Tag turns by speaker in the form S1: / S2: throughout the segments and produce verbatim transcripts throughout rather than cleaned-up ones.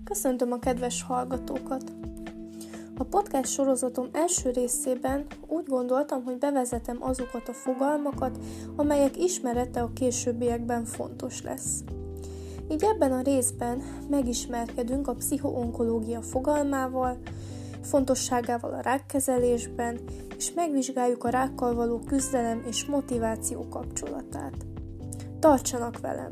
S1: Köszöntöm a kedves hallgatókat! A podcast sorozatom első részében úgy gondoltam, hogy bevezetem azokat a fogalmakat, amelyek ismerete a későbbiekben fontos lesz. Így ebben a részben megismerkedünk a pszichoonkológia fogalmával, fontosságával a rákkezelésben, és megvizsgáljuk a rákkal való küzdelem és motiváció kapcsolatát. Tartsanak velem!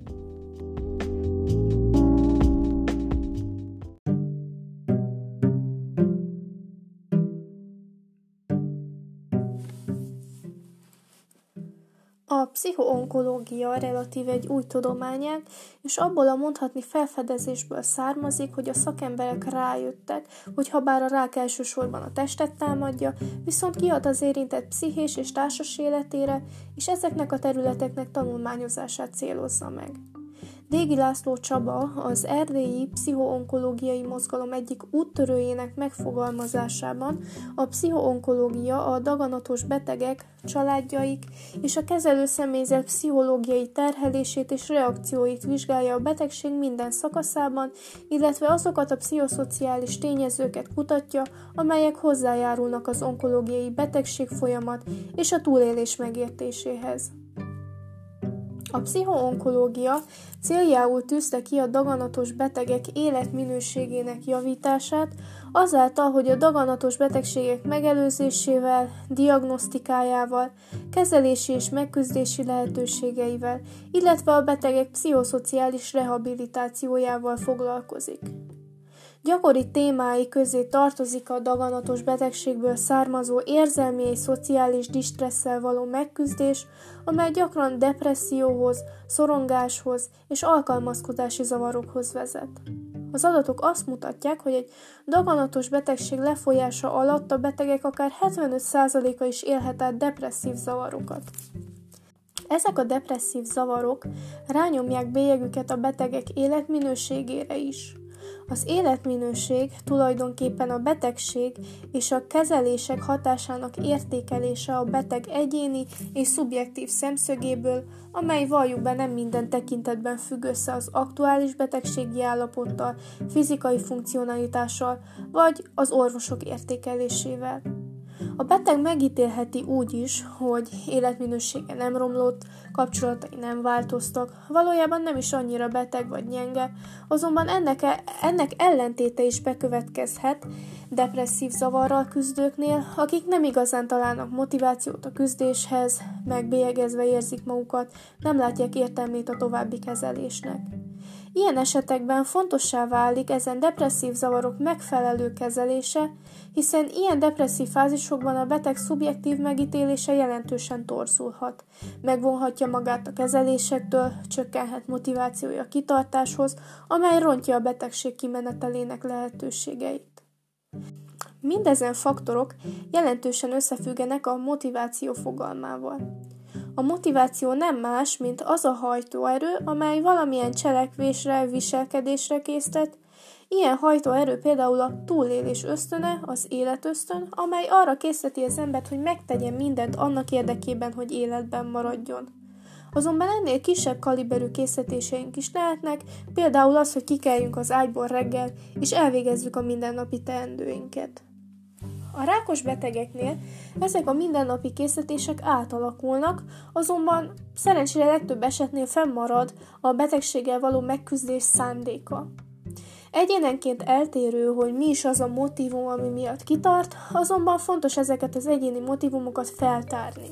S1: A pszichoonkológia relatív egy új tudományág, és abból a mondhatni felfedezésből származik, hogy a szakemberek rájöttek, hogy habár a rák elsősorban a testet támadja, viszont kihat az érintett pszichés és társas életére, és ezeknek a területeknek tanulmányozását célozza meg. Dégi László Csaba, az erdélyi pszichoonkológiai mozgalom egyik úttörőjének megfogalmazásában a pszichoonkológia a daganatos betegek, családjaik és a kezelő személyzet pszichológiai terhelését és reakcióit vizsgálja a betegség minden szakaszában, illetve azokat a pszichoszociális tényezőket kutatja, amelyek hozzájárulnak az onkológiai betegség folyamat és a túlélés megértéséhez. A pszichoonkológia céljául tűzte ki a daganatos betegek életminőségének javítását, azáltal, hogy a daganatos betegségek megelőzésével, diagnosztikájával, kezelési és megküzdési lehetőségeivel, illetve a betegek pszichoszociális rehabilitációjával foglalkozik. Gyakori témái közé tartozik a daganatos betegségből származó érzelmi és szociális disztresszel való megküzdés, amely gyakran depresszióhoz, szorongáshoz és alkalmazkodási zavarokhoz vezet. Az adatok azt mutatják, hogy egy daganatos betegség lefolyása alatt a betegek akár hetvenöt százaléka is élhet át depresszív zavarokat. Ezek a depresszív zavarok rányomják bélyegüket a betegek életminőségére is. Az életminőség tulajdonképpen a betegség és a kezelések hatásának értékelése a beteg egyéni és szubjektív szemszögéből, amely valljuk be nem minden tekintetben függ össze az aktuális betegségi állapottal, fizikai funkcionalitással vagy az orvosok értékelésével. A beteg megítélheti úgy is, hogy életminősége nem romlott, kapcsolatai nem változtak, valójában nem is annyira beteg vagy gyenge, azonban ennek, ennek ellentéte is bekövetkezhet depresszív zavarral küzdőknél, akik nem igazán találnak motivációt a küzdéshez, megbélyegezve érzik magukat, nem látják értelmét a további kezelésnek. Ilyen esetekben fontossá válik ezen depresszív zavarok megfelelő kezelése, hiszen ilyen depresszív fázisokban a beteg szubjektív megítélése jelentősen torzulhat. Megvonhatja magát a kezelésektől, csökkenhet motivációja a kitartáshoz, amely rontja a betegség kimenetelének lehetőségeit. Mindezen faktorok jelentősen összefüggenek a motiváció fogalmával. A motiváció nem más, mint az a hajtóerő, amely valamilyen cselekvésre, viselkedésre késztet. Ilyen hajtóerő például a túlélés ösztöne, az életösztön, amely arra készteti az embert, hogy megtegyen mindent annak érdekében, hogy életben maradjon. Azonban ennél kisebb kaliberű késztetéseink is lehetnek, például az, hogy kikeljünk az ágyból reggel, és elvégezzük a mindennapi teendőinket. A rákos betegeknél ezek a mindennapi késztetések átalakulnak, azonban szerencsére legtöbb esetnél fennmarad a betegséggel való megküzdés szándéka. Egyénenként eltérő, hogy mi is az a motívum, ami miatt kitart, azonban fontos ezeket az egyéni motívumokat feltárni.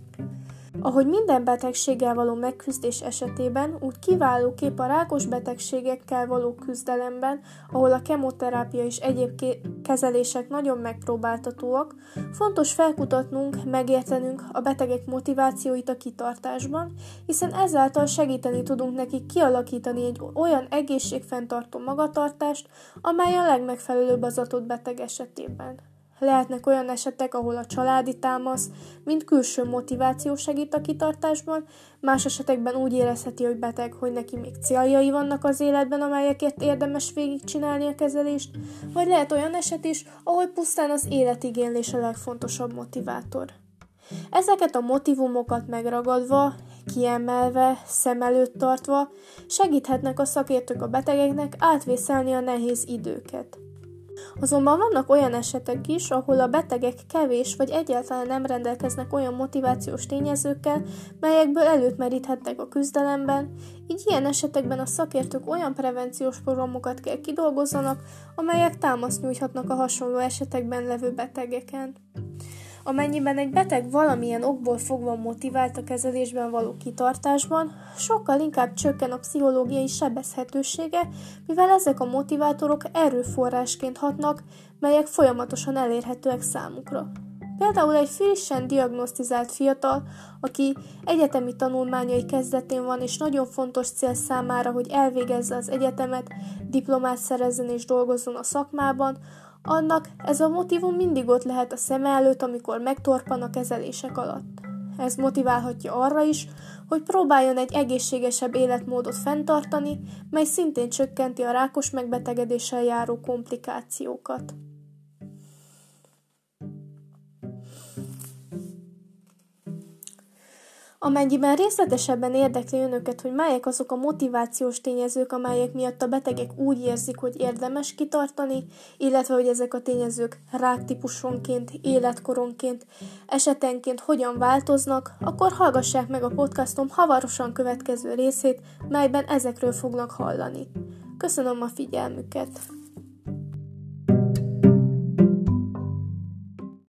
S1: Ahogy minden betegséggel való megküzdés esetében, úgy kiválóképp a rákos betegségekkel való küzdelemben, ahol a kemoterápia és egyéb kezelések nagyon megpróbáltatóak, fontos felkutatnunk, megértenünk a betegek motivációit a kitartásban, hiszen ezáltal segíteni tudunk nekik kialakítani egy olyan egészségfenntartó magatartást, amely a legmegfelelőbb az adott beteg esetében. Lehetnek olyan esetek, ahol a családi támasz, mint külső motiváció segít a kitartásban, más esetekben úgy érezheti, hogy beteg, hogy neki még céljai vannak az életben, amelyekért érdemes végigcsinálni a kezelést, vagy lehet olyan eset is, ahol pusztán az életigénylés a legfontosabb motivátor. Ezeket a motivumokat megragadva kiemelve, szem előtt tartva segíthetnek a szakértők a betegeknek átvészelni a nehéz időket. Azonban vannak olyan esetek is, ahol a betegek kevés vagy egyáltalán nem rendelkeznek olyan motivációs tényezőkkel, melyekből előtt meríthetnek a küzdelemben, így ilyen esetekben a szakértők olyan prevenciós programokat kell kidolgozzanak, amelyek támaszt nyújthatnak a hasonló esetekben levő betegeken. Amennyiben egy beteg valamilyen okból fogva motivált a kezelésben való kitartásban, sokkal inkább csökken a pszichológiai sebezhetősége, mivel ezek a motivátorok erőforrásként hatnak, melyek folyamatosan elérhetőek számukra. Például egy frissen diagnosztizált fiatal, aki egyetemi tanulmányai kezdetén van, és nagyon fontos cél számára, hogy elvégezze az egyetemet, diplomát szerezzen és dolgozzon a szakmában, annak ez a motívum mindig ott lehet a szeme előtt, amikor megtorpan a kezelések alatt. Ez motiválhatja arra is, hogy próbáljon egy egészségesebb életmódot fenntartani, mely szintén csökkenti a rákos megbetegedéssel járó komplikációkat. Amennyiben részletesebben érdekli önöket, hogy melyek azok a motivációs tényezők, amelyek miatt a betegek úgy érzik, hogy érdemes kitartani, illetve hogy ezek a tényezők ráktípusonként, életkoronként, esetenként hogyan változnak, akkor hallgassák meg a podcastom hamarosan következő részét, melyben ezekről fognak hallani. Köszönöm a figyelmüket!